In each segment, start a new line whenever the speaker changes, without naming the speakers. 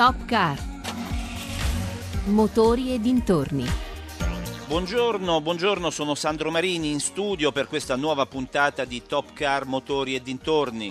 Top Car. Motori e dintorni.
Buongiorno, sono Sandro Marini in studio per questa nuova puntata di Top Car Motori e dintorni.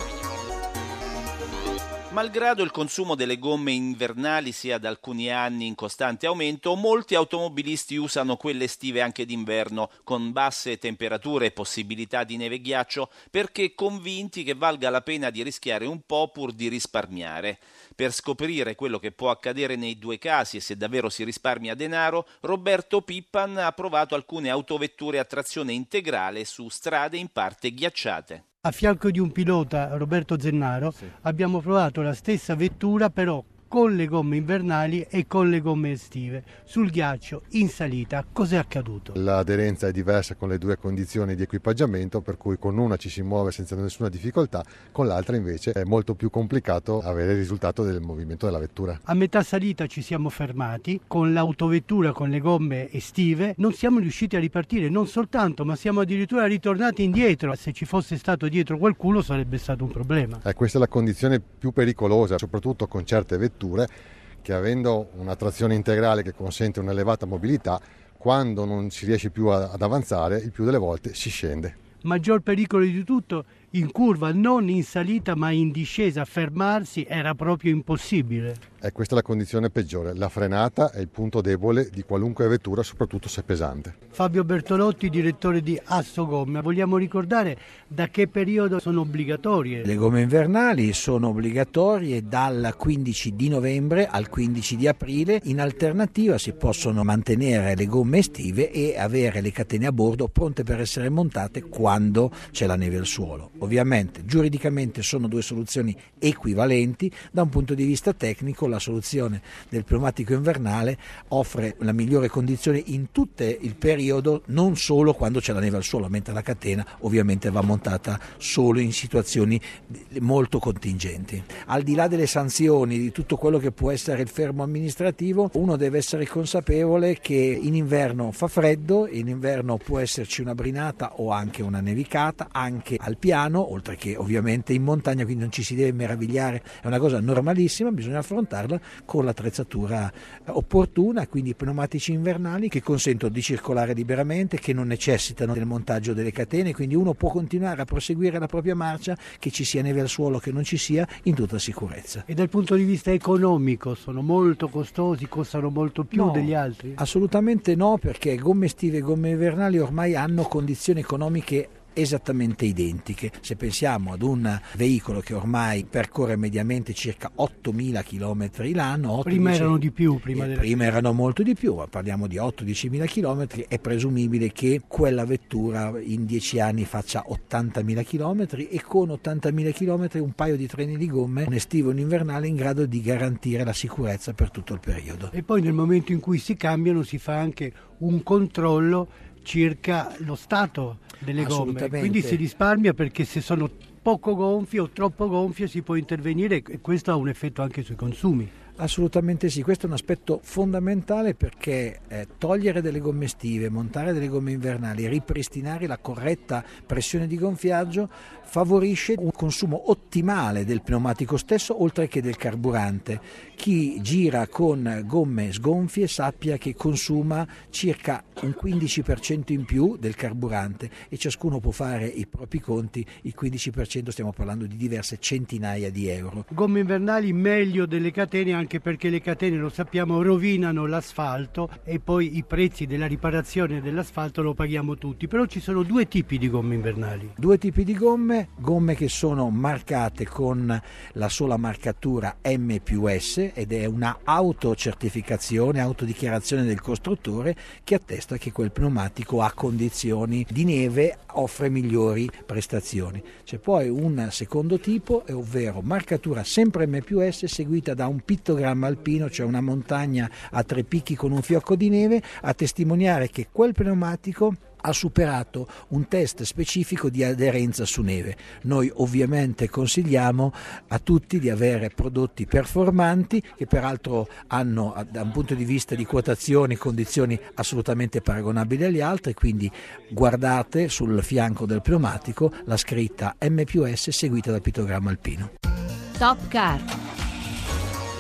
Malgrado il consumo delle gomme invernali sia da alcuni anni in costante aumento, molti automobilisti usano quelle estive anche d'inverno, con basse temperature e possibilità di neve e ghiaccio, perché convinti che valga la pena di rischiare un po' pur di risparmiare. Per scoprire quello che può accadere nei due casi e se davvero si risparmia denaro, Roberto Pippan ha provato alcune autovetture a trazione integrale su strade in parte ghiacciate.
A fianco di un pilota, Roberto Zennaro, abbiamo provato la stessa vettura però con le gomme invernali e con le gomme estive, sul ghiaccio, in salita. Cos'è accaduto?
L'aderenza è diversa con le due condizioni di equipaggiamento, per cui con una ci si muove senza nessuna difficoltà, con l'altra invece è molto più complicato avere il risultato del movimento della vettura.
A metà salita ci siamo fermati, con l'autovettura con le gomme estive, non siamo riusciti a ripartire, non soltanto, ma siamo addirittura ritornati indietro. Se ci fosse stato dietro qualcuno sarebbe stato un problema.
Questa è la condizione più pericolosa, soprattutto con certe vetture che, avendo una trazione integrale che consente un'elevata mobilità, quando non si riesce più ad avanzare, il più delle volte si scende.
Maggior pericolo di tutto, in curva, non in salita ma in discesa, fermarsi era proprio impossibile.
Questa è la condizione peggiore, la frenata è il punto debole di qualunque vettura, soprattutto se pesante.
Fabio Bertolotti, direttore di Assogomme, vogliamo ricordare da che periodo sono obbligatorie?
Le gomme invernali sono obbligatorie dal 15 di novembre al 15 di aprile, in alternativa si possono mantenere le gomme estive e avere le catene a bordo pronte per essere montate quando c'è la neve al suolo. Ovviamente giuridicamente sono due soluzioni equivalenti, da un punto di vista tecnico la soluzione del pneumatico invernale offre la migliore condizione in tutto il periodo, non solo quando c'è la neve al suolo, mentre la catena ovviamente va montata solo in situazioni molto contingenti. Al di là delle sanzioni, di tutto quello che può essere il fermo amministrativo, uno deve essere consapevole che in inverno fa freddo, in inverno può esserci una brinata o anche una nevicata, anche al piano, oltre che ovviamente in montagna, quindi non ci si deve meravigliare, è una cosa normalissima, bisogna affrontarla con l'attrezzatura opportuna, quindi pneumatici invernali che consentono di circolare liberamente, che non necessitano del montaggio delle catene, quindi uno può continuare a proseguire la propria marcia, che ci sia neve al suolo, che non ci sia, in tutta sicurezza.
E dal punto di vista economico sono molto costosi, costano molto più degli altri?
Assolutamente no, perché gomme estive e gomme invernali ormai hanno condizioni economiche esattamente identiche. Se pensiamo ad un veicolo che ormai percorre mediamente circa 8.000 km l'anno,
prima erano di più, prima
erano molto di più, ma parliamo di 8-10.000 km, è presumibile che quella vettura in 10 anni faccia 80.000 km e con 80.000 km un paio di treni di gomme, un estivo e un invernale, in grado di garantire la sicurezza per tutto il periodo.
E poi nel momento in cui si cambiano si fa anche un controllo circa lo stato delle gomme, quindi si risparmia, perché se sono poco gonfie o troppo gonfie si può intervenire e questo ha un effetto anche sui consumi.
Assolutamente sì, questo è un aspetto fondamentale, perché togliere delle gomme estive, montare delle gomme invernali, ripristinare la corretta pressione di gonfiaggio favorisce un consumo ottimale del pneumatico stesso, oltre che del carburante. Chi gira con gomme sgonfie sappia che consuma circa un 15% in più del carburante, e ciascuno può fare i propri conti. Il 15% stiamo parlando di diverse centinaia di euro.
Gomme invernali meglio delle catene, anche perché le catene, lo sappiamo, rovinano l'asfalto e poi i prezzi della riparazione dell'asfalto lo paghiamo tutti. Però ci sono due tipi di gomme invernali.
Due tipi di gomme che sono marcate con la sola marcatura M+S, ed è una autocertificazione, autodichiarazione del costruttore che attesta che quel pneumatico a condizioni di neve offre migliori prestazioni. C'è poi un secondo tipo, ovvero marcatura sempre M+S seguita da un pittogramma alpino, cioè una montagna a 3 picchi con un fiocco di neve, a testimoniare che quel pneumatico ha superato un test specifico di aderenza su neve. Noi ovviamente consigliamo a tutti di avere prodotti performanti, che peraltro hanno da un punto di vista di quotazioni condizioni assolutamente paragonabili agli altri, quindi guardate sul fianco del pneumatico la scritta M+S seguita dal pittogramma alpino.
Top Car.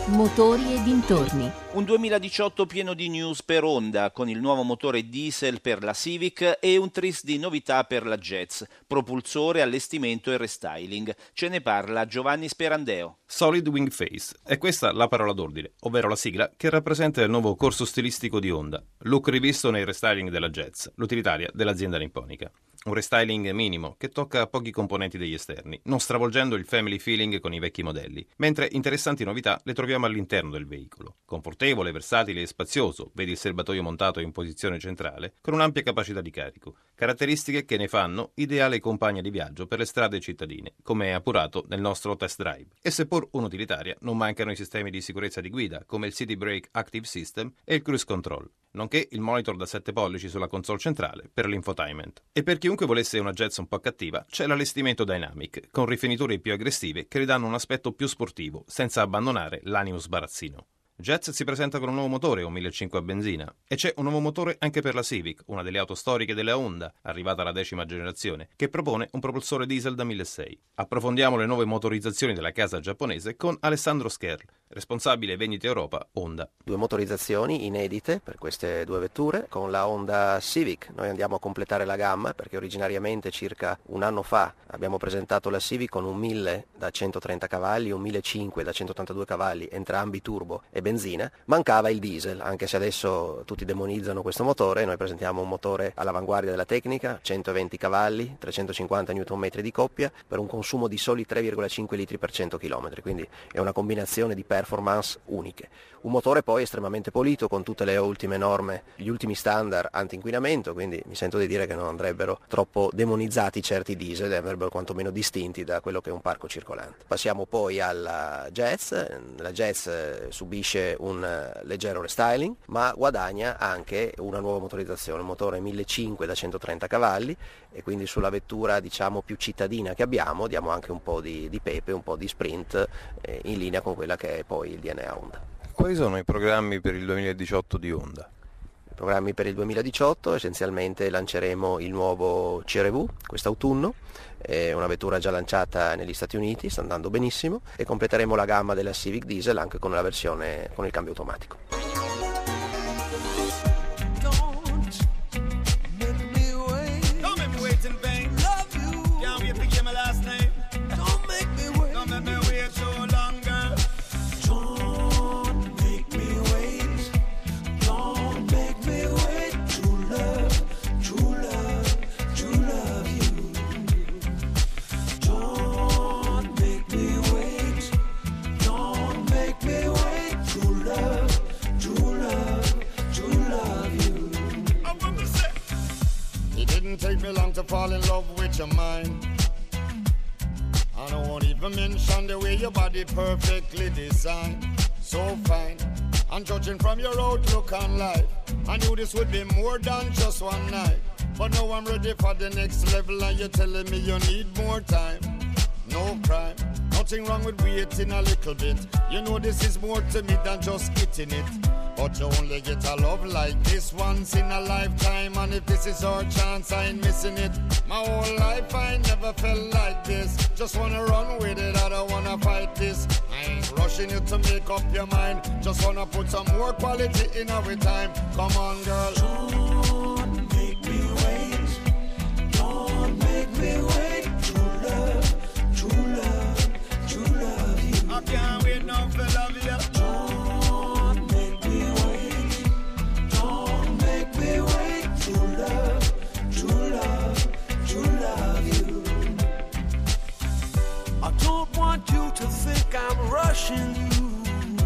Motori e dintorni.
Un 2018 pieno di news per Honda, con il nuovo motore diesel per la Civic e un tris di novità per la Jazz, propulsore, allestimento e restyling. Ce ne parla Giovanni Sperandeo.
Solid Wing Face, è questa la parola d'ordine, ovvero la sigla che rappresenta il nuovo corso stilistico di Honda, look rivisto nei restyling della Jazz, l'utilitaria dell'azienda nipponica. Un restyling minimo che tocca pochi componenti degli esterni, non stravolgendo il family feeling con i vecchi modelli, mentre interessanti novità le troviamo all'interno del veicolo. Confortevole, versatile e spazioso, vedi il serbatoio montato in posizione centrale, con un'ampia capacità di carico, caratteristiche che ne fanno ideale compagna di viaggio per le strade cittadine, come è appurato nel nostro test drive. E seppur un'utilitaria, non mancano i sistemi di sicurezza di guida, come il City Brake Active System e il Cruise Control, nonché il monitor da 7 pollici sulla console centrale per l'infotainment. E per chiunque volesse una Jazz un po' cattiva, c'è l'allestimento Dynamic, con rifiniture più aggressive che ridanno un aspetto più sportivo, senza abbandonare l'animo sbarazzino. Jazz si presenta con un nuovo motore, un 1.5 a benzina, e c'è un nuovo motore anche per la Civic, una delle auto storiche della Honda, arrivata alla 10ª generazione, che propone un propulsore diesel da 1.600. Approfondiamo le nuove motorizzazioni della casa giapponese con Alessandro Scherl, responsabile vendite Europa Honda.
2 motorizzazioni inedite per queste 2 vetture. Con la Honda Civic noi andiamo a completare la gamma, perché originariamente circa un anno fa abbiamo presentato la Civic con un 1000 da 130 cavalli, un 1500 da 182 cavalli, entrambi turbo e benzina. Mancava il diesel, anche se adesso tutti demonizzano questo motore. Noi presentiamo un motore all'avanguardia della tecnica, 120 cavalli, 350 Nm di coppia, per un consumo di soli 3,5 litri per 100 km, quindi è una combinazione di performance uniche. Un motore poi estremamente pulito, con tutte le ultime norme, gli ultimi standard anti-inquinamento, quindi mi sento di dire che non andrebbero troppo demonizzati certi diesel e andrebbero quantomeno distinti da quello che è un parco circolante. Passiamo poi alla Jazz. La Jazz subisce un leggero restyling, ma guadagna anche una nuova motorizzazione, un motore 1.500 da 130 cavalli, e quindi sulla vettura diciamo più cittadina che abbiamo diamo anche un po' di pepe, un po' di sprint, in linea con quella che è poi il DNA Honda.
Quali sono i programmi per il 2018 di Honda?
I programmi per il 2018 essenzialmente lanceremo il nuovo CR-V quest'autunno, è una vettura già lanciata negli Stati Uniti, sta andando benissimo, e completeremo la gamma della Civic Diesel anche con la versione con il cambio automatico.
Take me long to fall in love with your mind. I won't even mention the way your body perfectly designed. So fine, and judging from your outlook on life, I knew this would be more than just one night. But now I'm ready for the next level, and you're telling me you need more time. No crime, nothing wrong with waiting a little bit. You know this is more to me than just getting it. But you only get a love like this once in a lifetime, and if this is our chance, I ain't missing it. My whole life I never felt like this. Just wanna run with it, I don't wanna fight this. I ain't rushing you to make up your mind. Just wanna put some more quality in our time. Come on, girl.
Don't make me wait. Don't make me wait. True love, true love, true love you.
I can't wait now for love you.
I'm rushing you.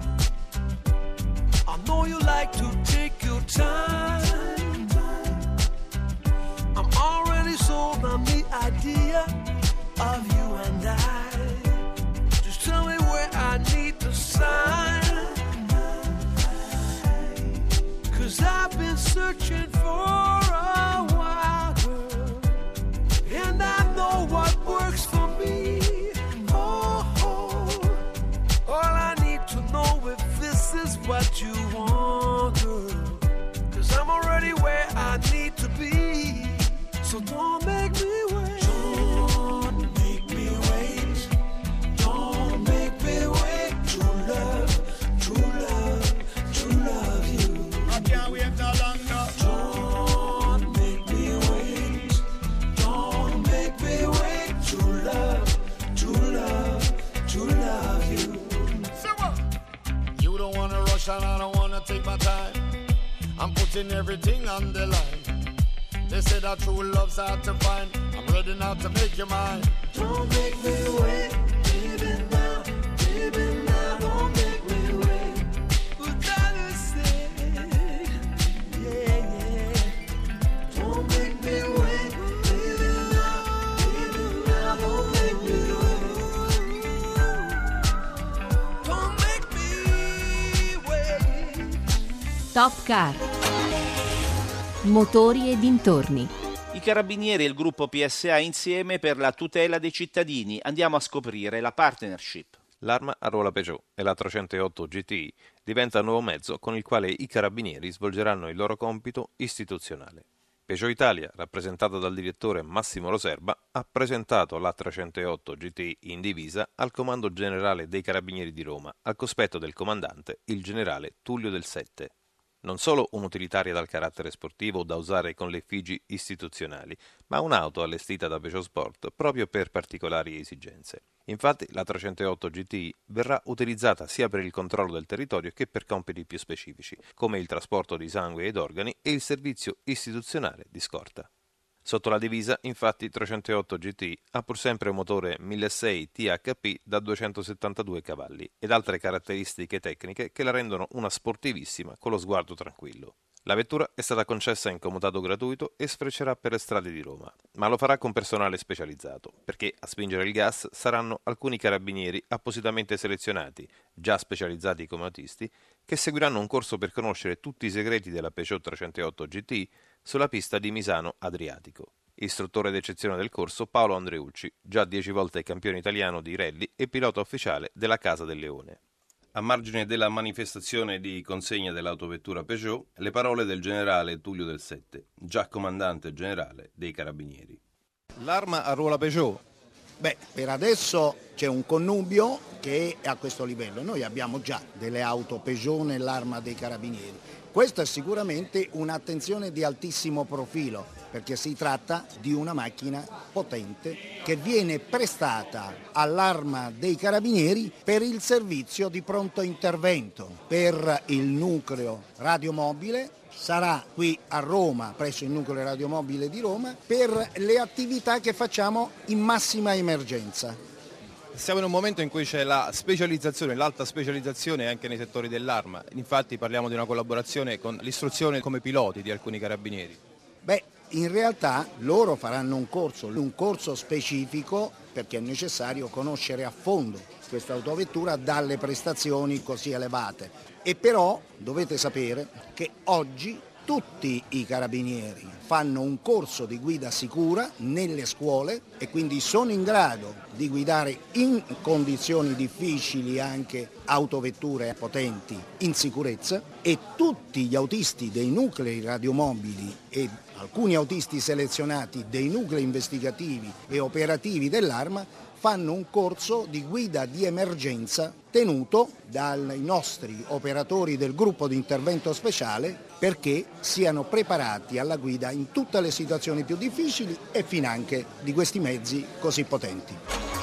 I know you like to take your time. I'm already sold on the idea of you and I. Just tell me where I need to sign. 'Cause I've been searching for a while, girl, and I know what works for me. What you want, girl, 'cause I'm already where I need to be. So don't make me wait. Don't make me wait. Don't make me wait. True love, you.
Say what? You don't wanna rush and I don't wanna take my time. I'm putting everything on the line. They say that true love's hard to find. I'm ready now to make you mine.
Don't make me wait, baby now, don't make me wait. What I say, yeah. Don't make me wait, baby now, don't make me wait. Don't make me wait.
Top Car. Motori e dintorni.
I carabinieri e il gruppo PSA insieme per la tutela dei cittadini. Andiamo a scoprire la partnership.
L'arma a ruola Peugeot e la 308 GTI diventa un nuovo mezzo con il quale i carabinieri svolgeranno il loro compito istituzionale. Peugeot Italia, rappresentata dal direttore Massimo Roserba, ha presentato la 308 GTI in divisa al Comando Generale dei Carabinieri di Roma, al cospetto del comandante, il generale Tullio Del Sette. Non solo un'utilitaria dal carattere sportivo da usare con le effigi istituzionali, ma un'auto allestita da Peugeot Sport proprio per particolari esigenze. Infatti la 308 GTI verrà utilizzata sia per il controllo del territorio che per compiti più specifici, come il trasporto di sangue ed organi e il servizio istituzionale di scorta. Sotto la divisa, infatti, 308 GT ha pur sempre un motore 1600 THP da 272 cavalli ed altre caratteristiche tecniche che la rendono una sportivissima con lo sguardo tranquillo. La vettura è stata concessa in commutato gratuito e sfreccerà per le strade di Roma, ma lo farà con personale specializzato, perché a spingere il gas saranno alcuni carabinieri appositamente selezionati, già specializzati come autisti, che seguiranno un corso per conoscere tutti i segreti della Peugeot 308 GT sulla pista di Misano Adriatico. Istruttore d'eccezione del corso Paolo Andreucci, già 10 volte campione italiano di rally e pilota ufficiale della Casa del Leone. A margine della manifestazione di consegna dell'autovettura Peugeot, le parole del generale Tullio Del Sette, già comandante generale dei Carabinieri.
L'arma a ruola Peugeot?
Beh, per adesso c'è un connubio che è a questo livello. Noi abbiamo già delle auto Peugeot nell'arma dei Carabinieri. Questa è sicuramente un'attenzione di altissimo profilo, perché si tratta di una macchina potente che viene prestata all'arma dei Carabinieri per il servizio di pronto intervento, per il nucleo radiomobile. Sarà qui a Roma, presso il nucleo radiomobile di Roma, per le attività che facciamo in massima emergenza.
Siamo in un momento in cui c'è la specializzazione, l'alta specializzazione anche nei settori dell'arma. Infatti parliamo di una collaborazione con l'istruzione come piloti di alcuni carabinieri.
Beh, in realtà loro faranno un corso specifico, perché è necessario conoscere a fondo questa autovettura dalle prestazioni così elevate. E però dovete sapere che oggi tutti i carabinieri fanno un corso di guida sicura nelle scuole e quindi sono in grado di guidare in condizioni difficili anche autovetture potenti in sicurezza, e tutti gli autisti dei nuclei radiomobili e alcuni autisti selezionati dei nuclei investigativi e operativi dell'arma fanno un corso di guida di emergenza tenuto dai nostri operatori del gruppo di intervento speciale, perché siano preparati alla guida in tutte le situazioni più difficili e finanche di questi mezzi così potenti.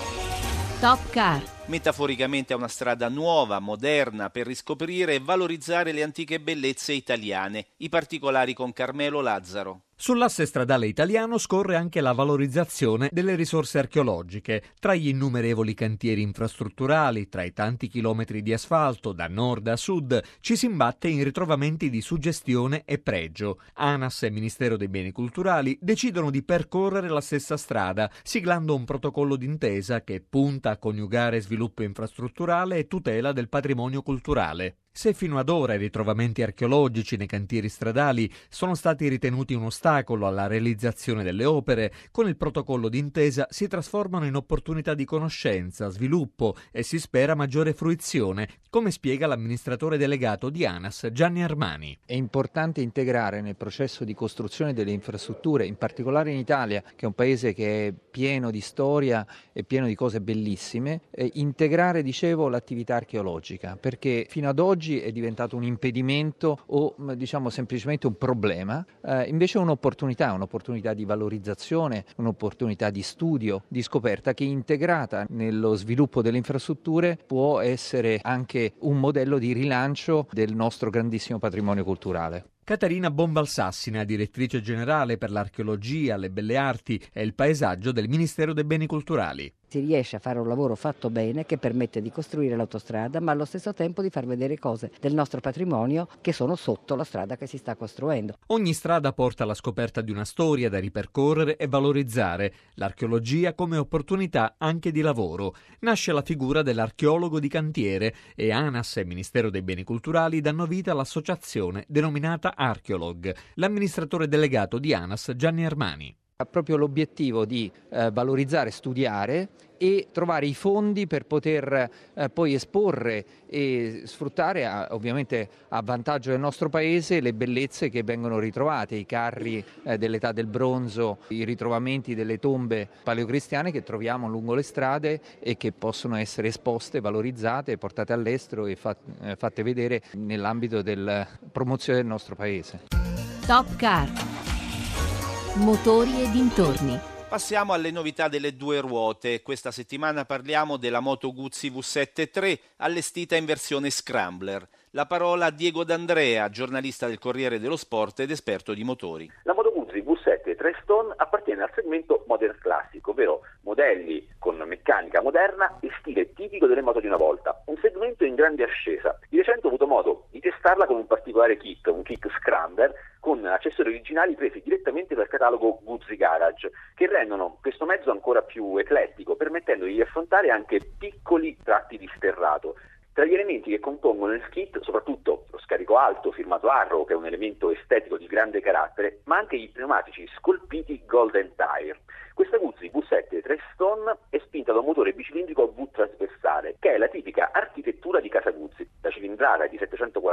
Top Car.
Metaforicamente è una strada nuova, moderna, per riscoprire e valorizzare le antiche bellezze italiane. I particolari con Carmelo Lazzaro.
Sull'asse stradale italiano scorre anche la valorizzazione delle risorse archeologiche. Tra gli innumerevoli cantieri infrastrutturali, tra i tanti chilometri di asfalto da nord a sud, ci si imbatte in ritrovamenti di suggestione e pregio. ANAS e Ministero dei Beni Culturali decidono di percorrere la stessa strada, siglando un protocollo d'intesa che punta a coniugare sviluppo infrastrutturale e tutela del patrimonio culturale. Se fino ad ora i ritrovamenti archeologici nei cantieri stradali sono stati ritenuti un ostacolo alla realizzazione delle opere, con il protocollo d'intesa si trasformano in opportunità di conoscenza, sviluppo e si spera maggiore fruizione, come spiega l'amministratore delegato di ANAS Gianni Armani.
È importante integrare nel processo di costruzione delle infrastrutture, in particolare in Italia, che è un paese che è pieno di storia e pieno di cose bellissime, integrare, l'attività archeologica, perché fino ad oggi oggi è diventato un impedimento o diciamo semplicemente un problema, invece è un'opportunità di valorizzazione, un'opportunità di studio, di scoperta che integrata nello sviluppo delle infrastrutture può essere anche un modello di rilancio del nostro grandissimo patrimonio culturale.
Caterina Bonvalsassina, direttrice generale per l'archeologia, le belle arti e il paesaggio del Ministero dei Beni Culturali.
Si riesce a fare un lavoro fatto bene che permette di costruire l'autostrada, ma allo stesso tempo di far vedere cose del nostro patrimonio che sono sotto la strada che si sta costruendo.
Ogni strada porta alla scoperta di una storia da ripercorrere e valorizzare. L'archeologia come opportunità anche di lavoro. Nasce la figura dell'archeologo di cantiere e ANAS e Ministero dei Beni Culturali danno vita all'associazione denominata Archeolog. L'amministratore delegato di ANAS, Gianni Armani.
Ha proprio l'obiettivo di valorizzare, studiare e trovare i fondi per poter poi esporre e sfruttare ovviamente a vantaggio del nostro paese le bellezze che vengono ritrovate, i carri dell'età del bronzo, i ritrovamenti delle tombe paleocristiane che troviamo lungo le strade e che possono essere esposte, valorizzate, portate all'estero e fatte vedere nell'ambito della promozione del nostro paese.
Top Car. Motori e dintorni.
Passiamo alle novità delle due ruote. Questa settimana parliamo della Moto Guzzi V7 3, allestita in versione Scrambler. La parola a Diego D'Andrea, giornalista del Corriere dello Sport ed esperto di motori.
La Moto Guzzi V7 3 Stone appartiene al segmento Modern Classic, ovvero modelli con meccanica moderna e stile tipico delle moto di una volta, un segmento in grande ascesa. Di recente ho avuto modo di testarla con un particolare kit, un kit Scrambler, con accessori originali presi direttamente dal catalogo Guzzi Garage, che rendono questo mezzo ancora più eclettico, permettendogli di affrontare anche piccoli tratti di sterrato. Tra gli elementi che compongono il kit, soprattutto lo scarico alto firmato Arrow, che è un elemento estetico di grande carattere, ma anche i pneumatici scolpiti Golden Tire. Questa Guzzi V7 3 Stone è spinta da un motore bicilindrico a V trasversale, che è la tipica architettura di casa Guzzi. La cilindrata è di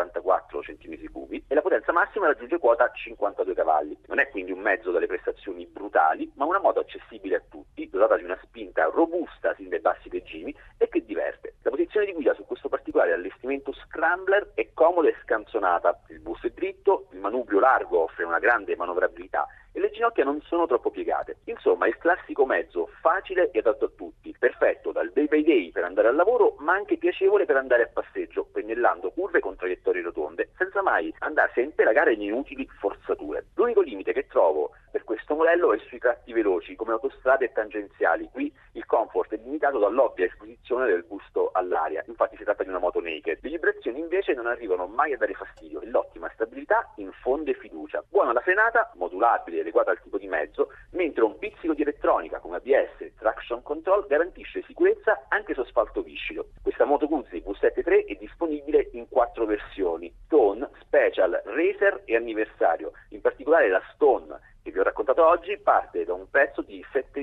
744 cm3 e la potenza massima raggiunge quota 52 cavalli. Non è quindi un mezzo dalle prestazioni brutali, ma una moto accessibile a tutti, dotata di una spinta robusta sin dai bassi regimi e che diverte. La posizione di guida su questo particolare allestimento Scrambler è comoda e scanzonata, il busto è dritto, il manubrio largo offre una grande manovrabilità e le ginocchia non sono troppo piegate. Insomma, il classico mezzo facile e adatto a tutti, perfetto dal day by day per andare al lavoro, ma anche piacevole per andare a passeggio, pennellando curve con traiettorie rotonde, senza mai andarsi a impelagare in inutili forzature. L'unico limite che trovo per questo modello è sui tratti veloci, come autostrade e tangenziali. Qui il comfort è limitato dall'ovvia esposizione del busto all'aria, infatti si tratta di una moto naked. Le vibrazioni invece non arrivano mai a dare fastidio e l'ottima stabilità infonde fiducia. Buona la frenata, modulabile, adeguata al tipo di mezzo, mentre un pizzico di elettronica come ABS e traction control garantisce sicurezza anche su asfalto viscido. Questa Moto Guzzi V7 3 è disponibile in 4 versioni: Stone, Special, Racer e Anniversario. In particolare la Stone, che vi ho raccontato oggi, parte da un prezzo di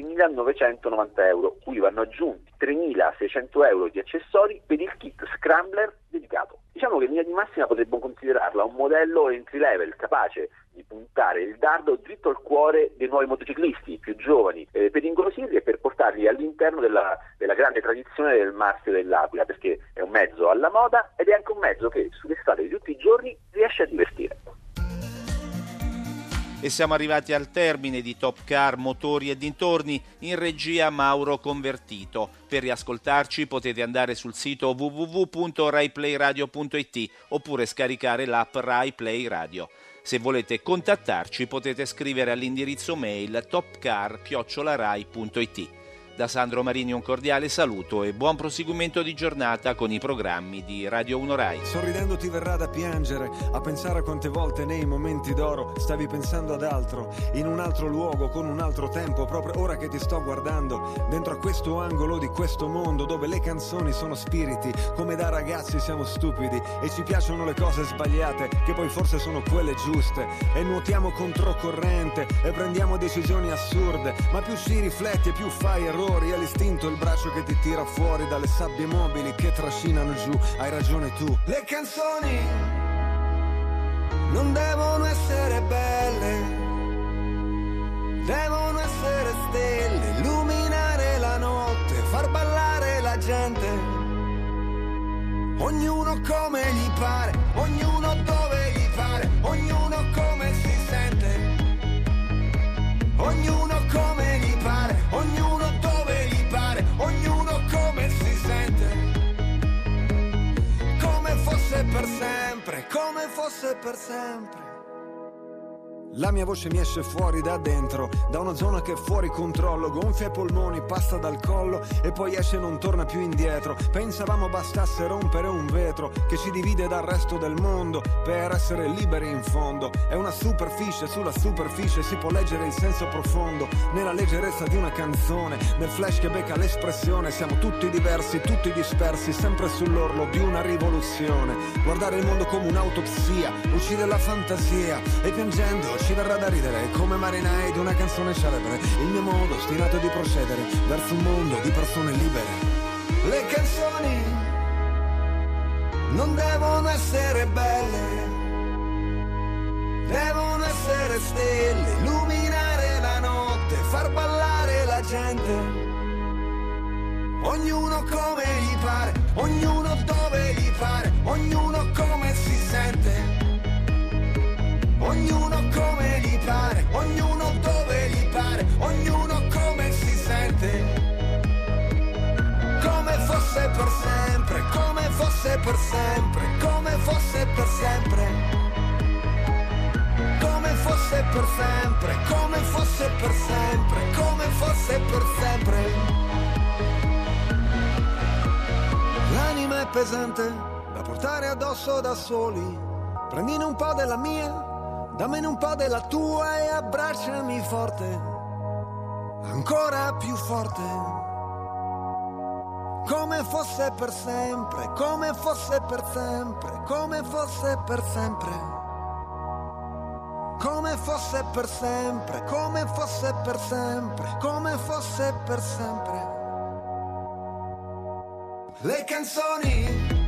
7.990 euro, cui vanno aggiunti 3.600 euro di accessori per il kit Scrambler dedicato. Diciamo che in linea di massima potremmo considerarla un modello entry level, capace di puntare il dardo dritto al cuore dei nuovi motociclisti più giovani, per ingolosirli e per portarli all'interno della grande tradizione del marchio dell'Aquila, perché è un mezzo alla moda ed è anche un mezzo che sulle strade di tutti i giorni riesce a divertire.
E siamo arrivati al termine di Top Car Motori e dintorni, in regia Mauro Convertito. Per riascoltarci potete andare sul sito www.raiplayradio.it oppure scaricare l'app Rai Play Radio. Se volete contattarci potete scrivere all'indirizzo mail topcar@rai.it. Da Sandro Marini un cordiale saluto e buon proseguimento di giornata con i programmi di Radio 1 Rai.
Sorridendo ti verrà da piangere a pensare a quante volte nei momenti d'oro stavi pensando ad altro, in un altro luogo, con un altro tempo, proprio ora che ti sto guardando, dentro a questo angolo di questo mondo dove le canzoni sono spiriti, come da ragazzi siamo stupidi e ci piacciono le cose sbagliate, che poi forse sono quelle giuste, e nuotiamo controcorrente e prendiamo decisioni assurde, ma più ci rifletti e più fai errori. È l'istinto il braccio che ti tira fuori dalle sabbie mobili che trascinano giù. Hai ragione tu. Le canzoni non devono essere belle, devono essere stelle, illuminare la notte, far ballare la gente. ognuno come gli pare, ognuno dove gli pare, ognuno come si sente, ognuno come gli pare, ognuno dove gli pare, ognuno come si sente, come fosse per sempre, come fosse per sempre. La mia voce mi esce fuori da dentro, da una zona che è fuori controllo, gonfia i polmoni, passa dal collo e poi esce e non torna più indietro. Pensavamo bastasse rompere un vetro che ci divide dal resto del mondo per essere liberi in fondo. È una superficie, sulla superficie si può leggere il senso profondo, nella leggerezza di una canzone, nel flash che becca l'espressione. Siamo tutti diversi, tutti dispersi, sempre sull'orlo di una rivoluzione. Guardare il mondo come un'autopsia, uccide la fantasia e piangendo ci verrà da ridere come marinai di una canzone celebre. Il mio modo ostinato di procedere verso un mondo di persone libere. Le canzoni non devono essere belle, devono essere stelle, illuminare la notte, far ballare la gente. Ognuno come gli pare, ognuno dove gli pare, ognuno come si sente, ognuno come gli pare, ognuno dove gli pare, ognuno come si sente, come fosse per sempre, come fosse per sempre, come fosse per sempre, come fosse per sempre, come fosse per sempre, come fosse per sempre. L'anima è pesante da portare addosso da soli, prendine un po' della mia, dammene un po' della tua e abbracciami forte, ancora più forte, come fosse per sempre, come fosse per sempre, come fosse per sempre, come fosse per sempre, come fosse per sempre, come fosse per sempre. Le canzoni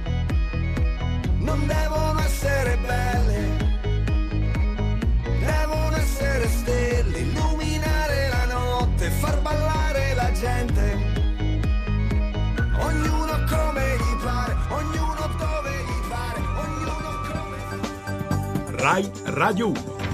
non devono essere belle, devono essere stelle, illuminare la notte, far ballare la gente. Ognuno come gli pare, ognuno dove gli pare, ognuno come...
Rai Radio 1.